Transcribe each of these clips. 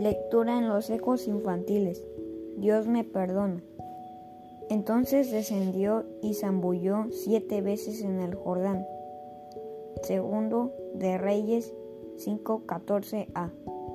Lectura en los ecos infantiles. Dios me perdona. Entonces descendió y zambulló 7 veces en el Jordán. Segundo de Reyes 5:14a.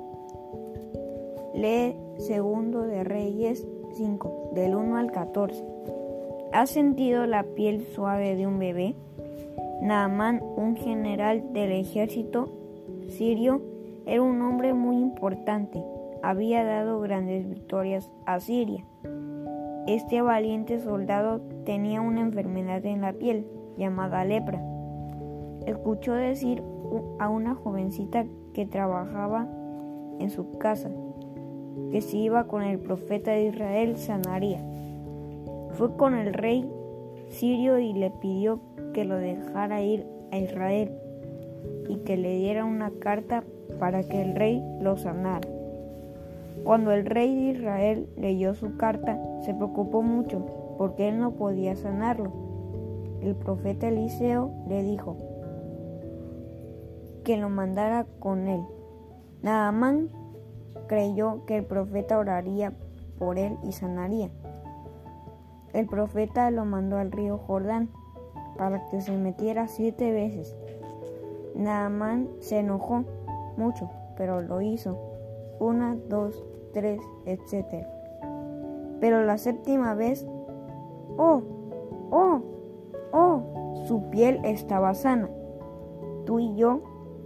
Lee Segundo de Reyes 5, del 1 al 14. ¿Has sentido la piel suave de un bebé? Naamán, un general del ejército sirio, era un hombre muy importante. Había dado grandes victorias a Siria. Este valiente soldado tenía una enfermedad en la piel llamada lepra. Escuchó decir a una jovencita que trabajaba en su casa que si iba con el profeta de Israel sanaría. Fue con el rey sirio y le pidió que lo dejara ir a Israel y que le diera una carta para que el rey lo sanara. Cuando el rey de Israel leyó su carta, se preocupó mucho porque él no podía sanarlo. El profeta Eliseo le dijo que lo mandara con él. Naamán creyó que el profeta oraría por él y sanaría. El profeta lo mandó al río Jordán para que se metiera 7 veces. Naamán se enojó mucho, pero lo hizo 1, 2, 3, etc. Pero la 7ª vez, su piel estaba sana. Tú y yo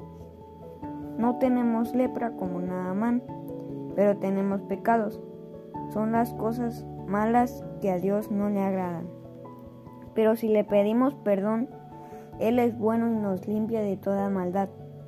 no tenemos lepra como Naamán, pero tenemos pecados. Son las cosas malas que a Dios no le agradan. Pero si le pedimos perdón, Él es bueno y nos limpia de toda maldad.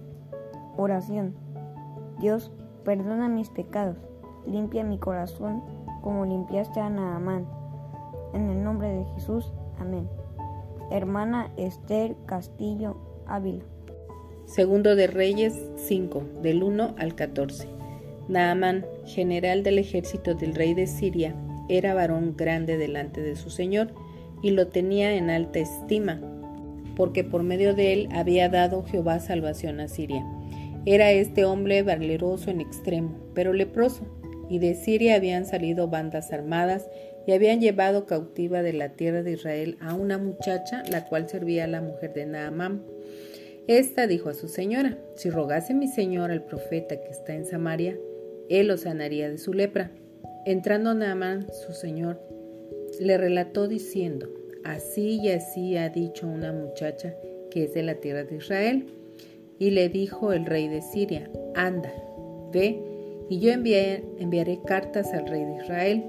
Oración. Dios, perdona mis pecados, limpia mi corazón como limpiaste a Naamán. En el nombre de Jesús, amén. Hermana Esther Castillo Ávila. Segundo de Reyes 5, del 1 al 14. Naamán, general del ejército del rey de Siria, era varón grande delante de su señor y lo tenía en alta estima, porque por medio de él había dado Jehová salvación a Siria. Era este hombre valeroso en extremo, pero leproso, y de Siria habían salido bandas armadas y habían llevado cautiva de la tierra de Israel a una muchacha, la cual servía a la mujer de Naamán. Esta dijo a su señora: si rogase mi señor al profeta que está en Samaria, él lo sanaría de su lepra. Entrando Naamán, su señor, le relató diciendo: así y así ha dicho una muchacha que es de la tierra de Israel. Y le dijo el rey de Siria: anda, ve, y yo enviaré cartas al rey de Israel.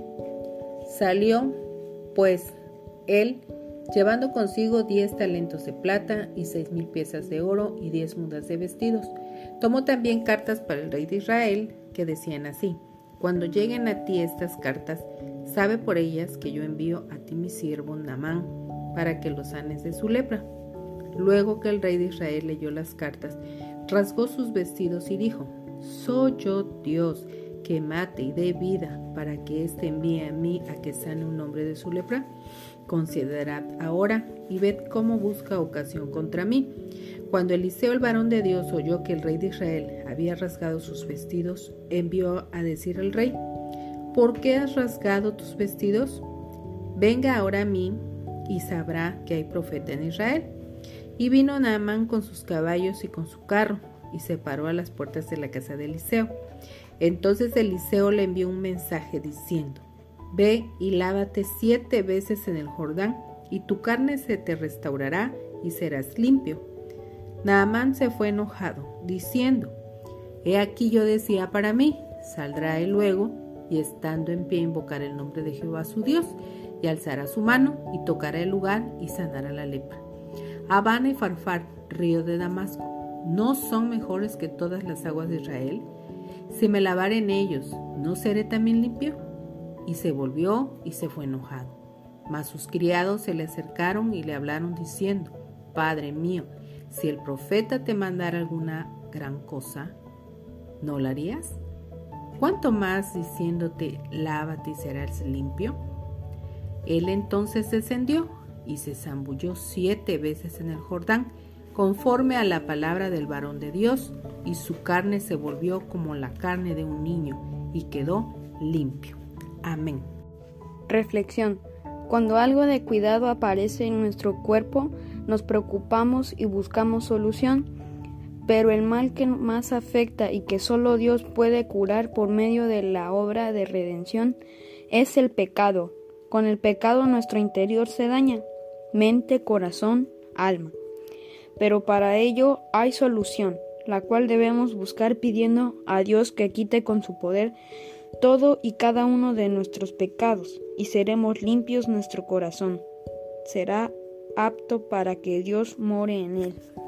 Salió, pues, él, llevando consigo 10 talentos de plata y 6,000 piezas de oro y 10 mudas de vestidos. Tomó también cartas para el rey de Israel, que decían así: cuando lleguen a ti estas cartas, sabe por ellas que yo envío a ti mi siervo Naamán, para que lo sanes de su lepra. Luego que el rey de Israel leyó las cartas, rasgó sus vestidos y dijo: ¿soy yo Dios que mate y dé vida para que éste envíe a mí a que sane un hombre de su lepra? Considerad ahora y ved cómo busca ocasión contra mí. Cuando Eliseo, el varón de Dios, oyó que el rey de Israel había rasgado sus vestidos, envió a decir al rey: ¿por qué has rasgado tus vestidos? Venga ahora a mí y sabrá que hay profeta en Israel. Y vino Naamán con sus caballos y con su carro, y se paró a las puertas de la casa de Eliseo. Entonces Eliseo le envió un mensaje diciendo: ve y lávate 7 veces en el Jordán, y tu carne se te restaurará y serás limpio. Naamán se fue enojado, diciendo: he aquí yo decía para mí, saldrá él luego, y estando en pie invocará el nombre de Jehová su Dios, y alzará su mano, y tocará el lugar, y sanará la lepra. Abana y Farfar, río de Damasco, ¿no son mejores que todas las aguas de Israel? Si me lavare en ellos, ¿no seré también limpio? Y se volvió y se fue enojado. Mas sus criados se le acercaron y le hablaron diciendo: Padre mío, si el profeta te mandara alguna gran cosa, ¿no la harías? ¿Cuánto más diciéndote: lávate y serás limpio? Él entonces descendió y se zambulló 7 veces en el Jordán, conforme a la palabra del varón de Dios, y su carne se volvió como la carne de un niño, y quedó limpio. Amén. Reflexión. Cuando algo de cuidado aparece en nuestro cuerpo, nos preocupamos y buscamos solución, pero el mal que más afecta y que solo Dios puede curar por medio de la obra de redención es el pecado. Con el pecado nuestro interior se daña, mente, corazón, alma. Pero para ello hay solución, la cual debemos buscar pidiendo a Dios que quite con su poder todo y cada uno de nuestros pecados, y seremos limpios nuestro corazón. Será apto para que Dios more en él.